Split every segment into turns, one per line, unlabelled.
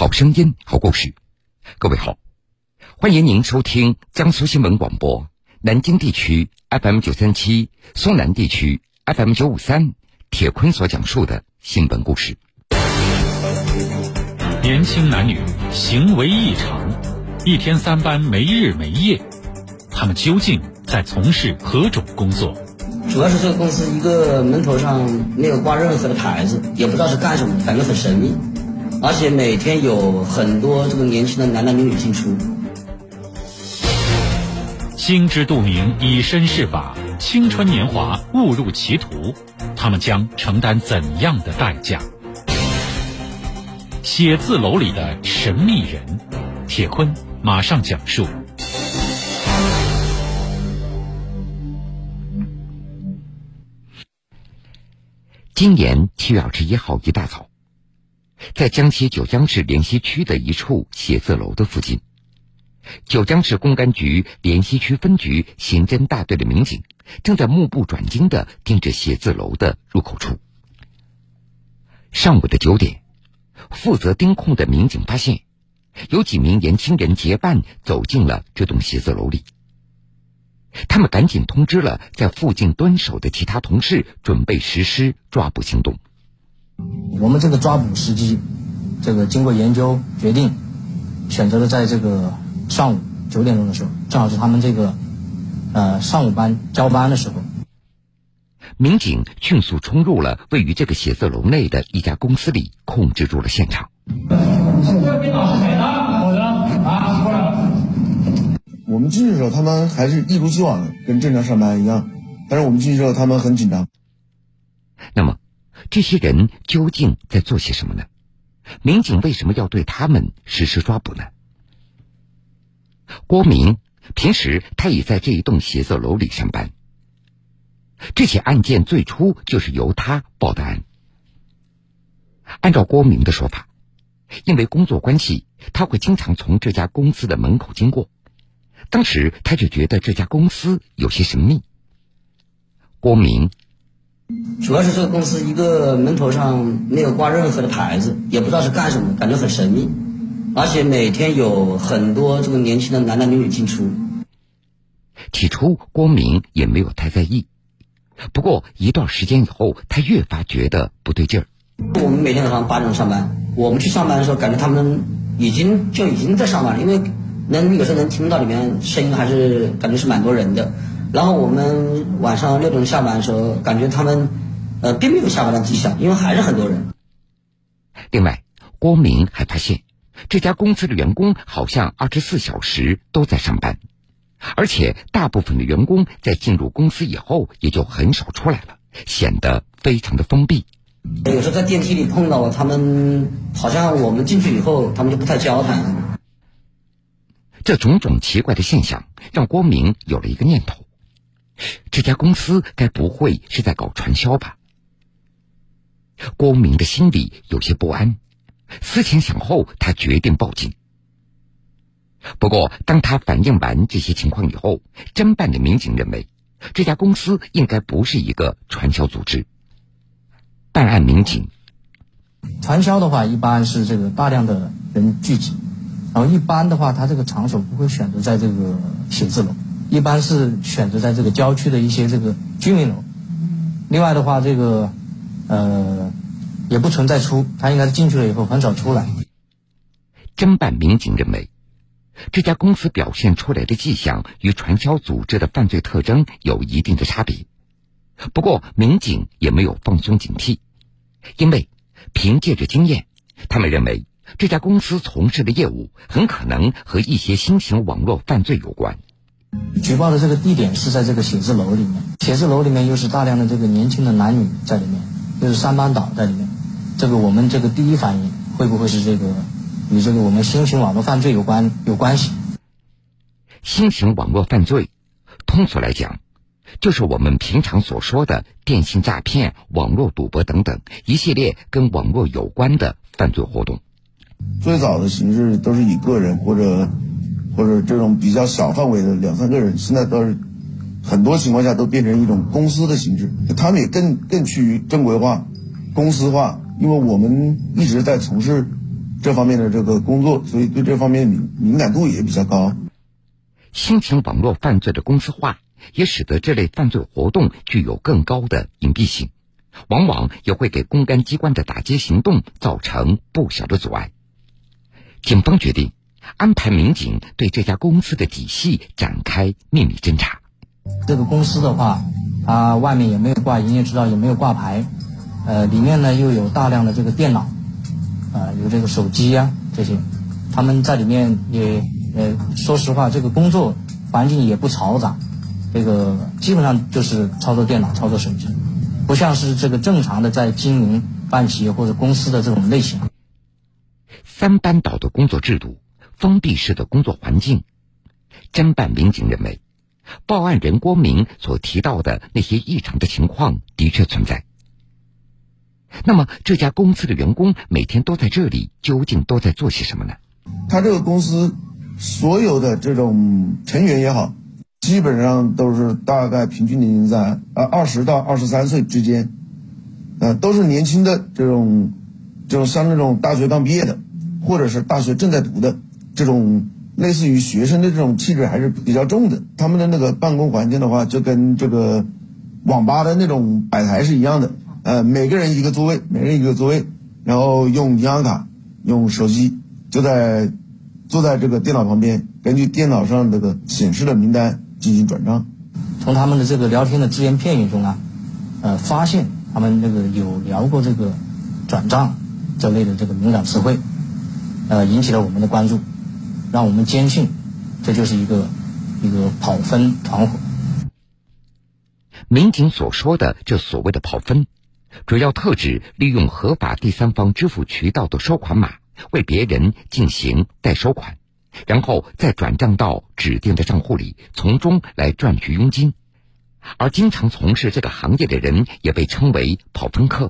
好声音，好故事。各位好，欢迎您收听江苏新闻广播南京地区 FM937， 松南地区 FM953， 铁坤所讲述的新闻故事。
年轻男女行为异常，一天3班没日没夜，他们究竟在从事何种工作？
主要是这个公司一个门头上没有挂任何的牌子，也不知道是干什么，感觉很神秘，而且每天有很多这个年轻的男男女女进出。
心知肚明，以身试法，青春年华误入歧途，他们将承担怎样的代价？写字楼里的神秘人，铁坤马上讲述。
今年7月21号一大早，在江西九江市莲溪区的一处写字楼的附近，九江市公安局莲溪区分局刑侦大队的民警正在目不转睛地盯着写字楼的入口处。上午的9点，负责盯控的民警发现，有几名年轻人结伴走进了这栋写字楼里。他们赶紧通知了在附近蹲守的其他同事，准备实施抓捕行动。
我们这个抓捕时机，经过研究决定，选择了在这个上午9点钟的时候，正好是他们这个上午班交班的时候。
民警迅速冲入了位于这个写字楼内的一家公司里，控制住了现场。
我们进去的时候，他们还是一如既往的跟正常上班一样，但是我们进去之后，他们很紧张。
那么，这些人究竟在做些什么呢？民警为什么要对他们实施抓捕呢？郭明平时他也在这一栋写字楼里上班，这起案件最初就是由他报的案。按照郭明的说法，因为工作关系，他会经常从这家公司的门口经过。当时他就觉得这家公司有些神秘。郭明
主要是这个公司一个门头上没有挂任何的牌子，也不知道是干什么，感觉很神秘，而且每天有很多这个年轻的男男女女进出。
起初郭明也没有太在意，不过一段时间以后，他越发觉得不对劲儿。
我们每天早上8点钟上班，我们去上班的时候，感觉他们已经在上班了，因为有时候能听到里面声音，还是感觉是蛮多人的。然后我们晚上6点钟下班的时候，感觉他们并没有下班的迹象，因为还是很多人。
另外，郭明还发现这家公司的员工好像24小时都在上班，而且大部分的员工在进入公司以后也就很少出来了，显得非常的封闭。
有时候在电梯里碰到他们，好像我们进去以后他们就不太交谈。
这种种奇怪的现象让郭明有了一个念头，这家公司该不会是在搞传销吧？郭明的心里有些不安，思前想后，他决定报警。不过当他反映完这些情况以后，侦办的民警认为这家公司应该不是一个传销组织。办案民警，
传销的话一般是这个大量的人聚集，然后一般的话他这个场所不会选择在这个写字楼，一般是选择在这个郊区的一些这个居民楼。另外的话这个也不存在他应该是进去了以后很少出来。
侦办民警认为这家公司表现出来的迹象与传销组织的犯罪特征有一定的差别，不过民警也没有放松警惕，因为凭借着经验，他们认为这家公司从事的业务很可能和一些新型网络犯罪有关。
举报的这个地点是在这个写字楼里面，写字楼里面又是大量的这个年轻的男女在里面，又是3班倒在里面，这个我们这个第一反应会不会是这个与这个我们新型网络犯罪有关系？
新型网络犯罪通俗来讲就是我们平常所说的电信诈骗、网络赌博等等一系列跟网络有关的犯罪活动。
最早的形式都是以个人或者这种比较小范围的2-3个人，现在都是很多情况下都变成一种公司的形式，他们也更趋于正规化、公司化。因为我们一直在从事这方面的这个工作，所以对这方面敏感度也比较高。
新型网络犯罪的公司化，也使得这类犯罪活动具有更高的隐蔽性，往往也会给公安机关的打击行动造成不小的阻碍。警方决定安排民警对这家公司的体系展开秘密侦查。
这个公司的话，它外面也没有挂营业执照，也没有挂牌，里面呢又有大量的这个电脑，有这个手机啊这些，他们在里面也说实话，这个工作环境也不嘈杂，这个基本上就是操作电脑、操作手机，不像是这个正常的在经营办企业或者公司的这种类型。
三班倒的工作制度，封闭式的工作环境，侦办民警认为，报案人郭明所提到的那些异常的情况的确存在。那么这家公司的员工每天都在这里，究竟都在做些什么呢？
他这个公司所有的这种成员也好，基本上都是大概平均年龄在20到23岁之间，都是年轻的这种像那种大学刚毕业的，或者是大学正在读的，这种类似于学生的这种气质还是比较重的。他们的那个办公环境的话，就跟这个网吧的那种摆台是一样的，每个人一个座位，然后用银行卡、用手机，坐在这个电脑旁边，根据电脑上这个显示的名单进行转账。
从他们的这个聊天的只言片语中啊，发现他们这个有聊过这个转账这类的这个敏感词汇，引起了我们的关注，让我们坚信这就是一个跑分团伙。
民警所说的这所谓的跑分，主要特指利用合法第三方支付渠道的收款码为别人进行代收款，然后再转账到指定的账户里，从中来赚取佣金。而经常从事这个行业的人也被称为跑分客。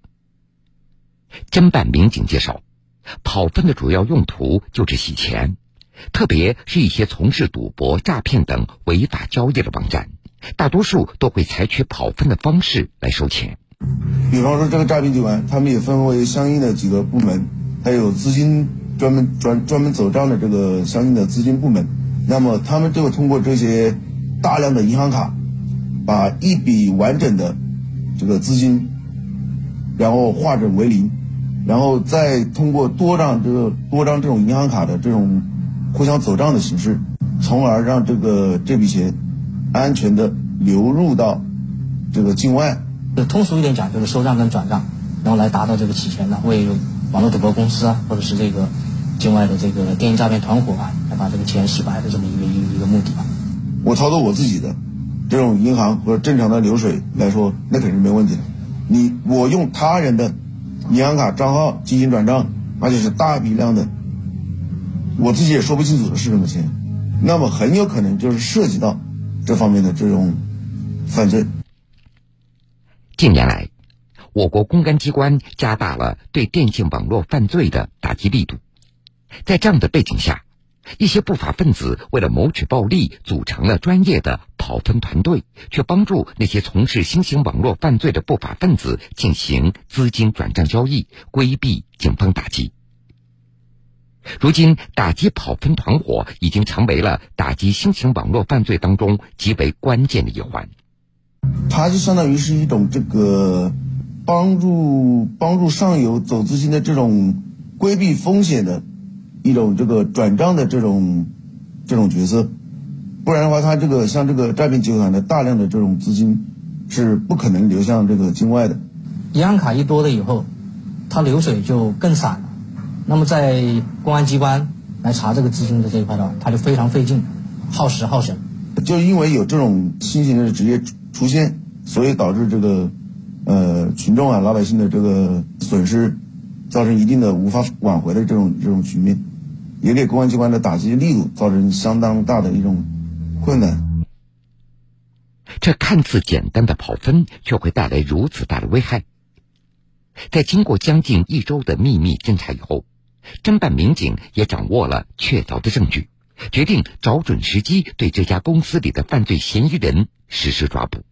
侦办民警介绍，跑分的主要用途就是洗钱，特别是一些从事赌博、诈骗等违法交易的网站，大多数都会采取跑分的方式来收钱。
比方说这个诈骗集团，他们也分为相应的几个部门，还有资金专门走账的这个相应的资金部门。那么他们就会通过这些大量的银行卡，把一笔完整的这个资金，然后化整为零，然后再通过多张这种银行卡的这种互相走账的形式，从而让这笔钱安全的流入到这个境外。
通俗一点讲，就是收账跟转账，然后来达到这个洗钱的，为网络赌博公司啊，或者是这个境外的这个电信诈骗团伙啊，来把这个钱洗白的这么一个目的吧。
我操作我自己的这种银行或者正常的流水来说，那肯定是没问题的。我用他人的银行卡账号进行转账，而且是大笔量的，我自己也说不清楚的是什么钱，那么很有可能就是涉及到这方面的这种犯罪。
近年来，我国公安机关加大了对电信网络犯罪的打击力度。在这样的背景下，一些不法分子为了谋取暴利，组成了专业的跑分团队，却帮助那些从事新型网络犯罪的不法分子进行资金转账交易，规避警方打击。如今，打击跑分团伙已经成为了打击新型网络犯罪当中极为关键的一环。
它就相当于是一种这个帮助上游走资金的这种规避风险的一种这个转账的这种角色，不然的话，它像这个诈骗集团的大量的这种资金是不可能流向这个境外的。
银行卡一多了以后，它流水就更散了。那么在公安机关来查这个资金的这一块的话，它就非常费劲，耗时耗神。
就因为有这种新型的职业出现，所以导致这个群众啊老百姓的这个损失，造成一定的无法挽回的这种局面，也给公安机关的打击力度造成相当大的一种困难。
这看似简单的跑分，却会带来如此大的危害。在经过将近1周的秘密侦查以后，侦办民警也掌握了确凿的证据，决定找准时机对这家公司里的犯罪嫌疑人实施抓捕。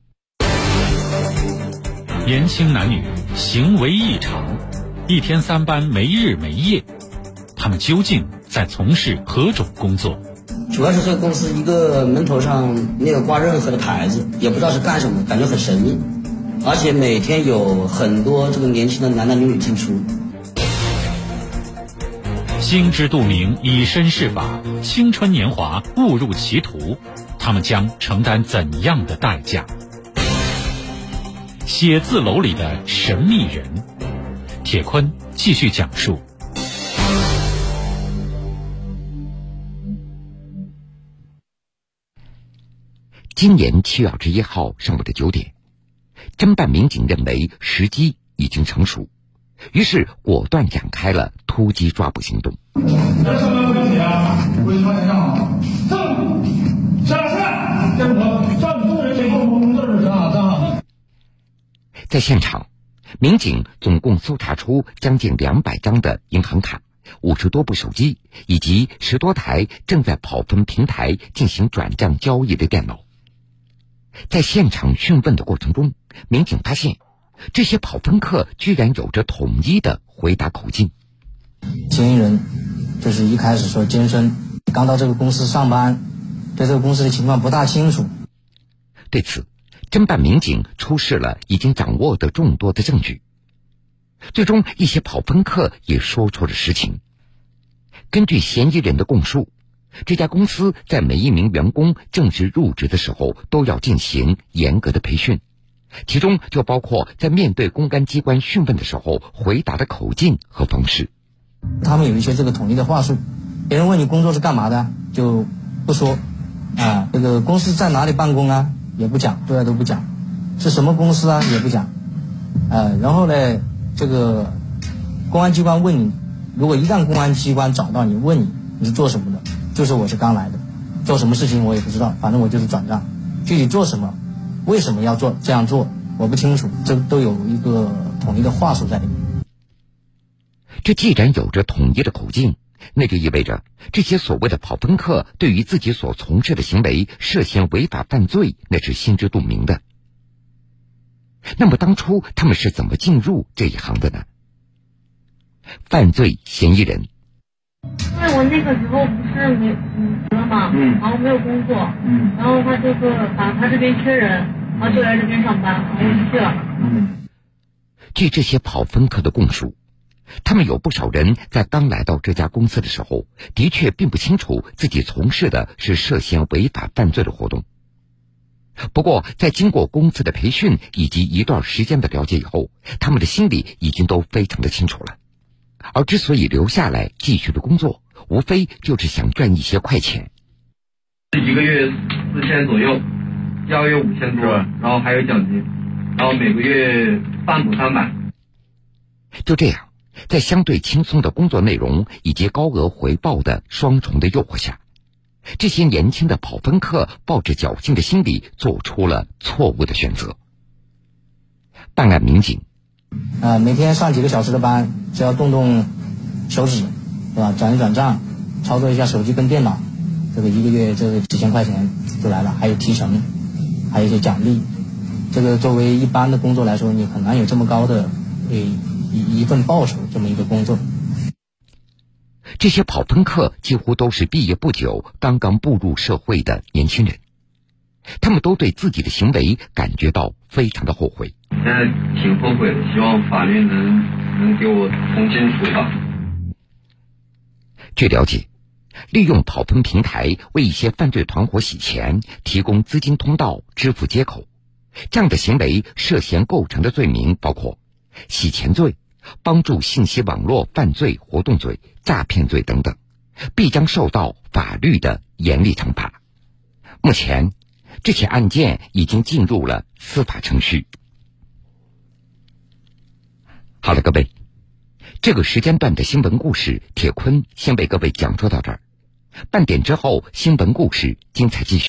年轻男女行为异常，一天3班没日没夜， 他们究竟在从事何种工作？
主要是这个公司一个门头上没有挂任何的牌子，也不知道是干什么，感觉很神秘，而且每天有很多这个年轻的男男女女进出。
心知肚明，以身试法，青春年华误入歧途，他们将承担怎样的代价？写字楼里的神秘人，铁坤继续讲述。
今年7月21号上午的9点，侦办民警认为时机已经成熟，于是果断展开了突击抓捕行动。在现场，民警总共搜查出将近200张的银行卡、50多部手机以及10多台正在跑分平台进行转账交易的电脑。在现场讯问的过程中，民警发现这些跑分客居然有着统一的回答口径。
嫌疑人就是一开始说监生刚到这个公司上班，对这个公司的情况不大清楚。
对此，侦办民警出示了已经掌握的众多的证据，最终一些跑分客也说出了实情。根据嫌疑人的供述，这家公司在每一名员工正式入职的时候都要进行严格的培训，其中就包括在面对公安机关讯问的时候回答的口径和方式。
他们有一些这个统一的话术，别人问你工作是干嘛的就不说这个公司在哪里办公啊也不讲，对外都不讲，是什么公司啊也不讲然后呢，这个公安机关问你，如果一旦公安机关找到你问你是做什么的，就是我是刚来的，做什么事情我也不知道，反正我就是转账，具体做什么，为什么要做这样做我不清楚，这都有一个统一的话术在里面。
这既然有着统一的口径，那就意味着这些所谓的跑分客对于自己所从事的行为涉嫌违法犯罪，那是心知肚明的。那么当初他们是怎么进入这一行的呢？犯罪嫌疑人，
因为我那个时候不是没了嘛，然后没有工作，然后他这个他这边缺人，然后就来这边上班，然后我就去了。
据这些跑分客的供述，他们有不少人在刚来到这家公司的时候，的确并不清楚自己从事的是涉嫌违法犯罪的活动。不过在经过公司的培训以及一段时间的了解以后，他们的心里已经都非常的清楚了。而之所以留下来继续的工作，无非就是想赚一些快钱。
一个月4000左右，1个月5000多，然后还有奖金，然后每个月饭补300。
就这样，在相对轻松的工作内容以及高额回报的双重的诱惑下，这些年轻的跑分客抱着侥幸的心理做出了错误的选择。办案民警
每天上几个小时的班，只要动动手指，对吧？转一转账，操作一下手机跟电脑，这个一个月这个几千块钱就来了，还有提成，还有一些奖励。这个作为一般的工作来说，你很难有这么高的一份报酬这么一个工作。
这些跑分客几乎都是毕业不久、刚刚步入社会的年轻人，他们都对自己的行为感觉到非常的后悔。
现在挺后悔的，希望法律能给我从轻处罚。
据了解，利用跑分平台为一些犯罪团伙洗钱，提供资金通道、支付接口，这样的行为涉嫌构成的罪名包括洗钱罪、帮助信息网络犯罪活动罪、诈骗罪等等，必将受到法律的严厉惩罚。目前，这起案件已经进入了司法程序。好了，各位，这个时间段的新闻故事，铁坤先为各位讲述到这儿。半点之后，新闻故事精彩继续。